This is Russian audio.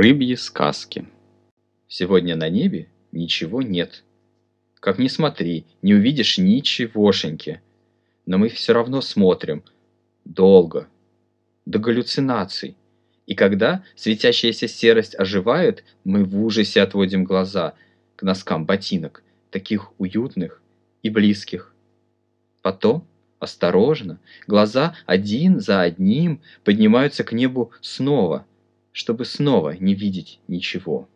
Рыбьи сказки. Сегодня на небе ничего нет. Как ни смотри, не увидишь ничегошеньки. Но мы все равно смотрим долго, до галлюцинаций. И когда светящаяся серость оживает, мы в ужасе отводим глаза к носкам ботинок, таких уютных и близких. Потом, осторожно, глаза один за одним поднимаются к небу снова, чтобы снова не видеть ничего.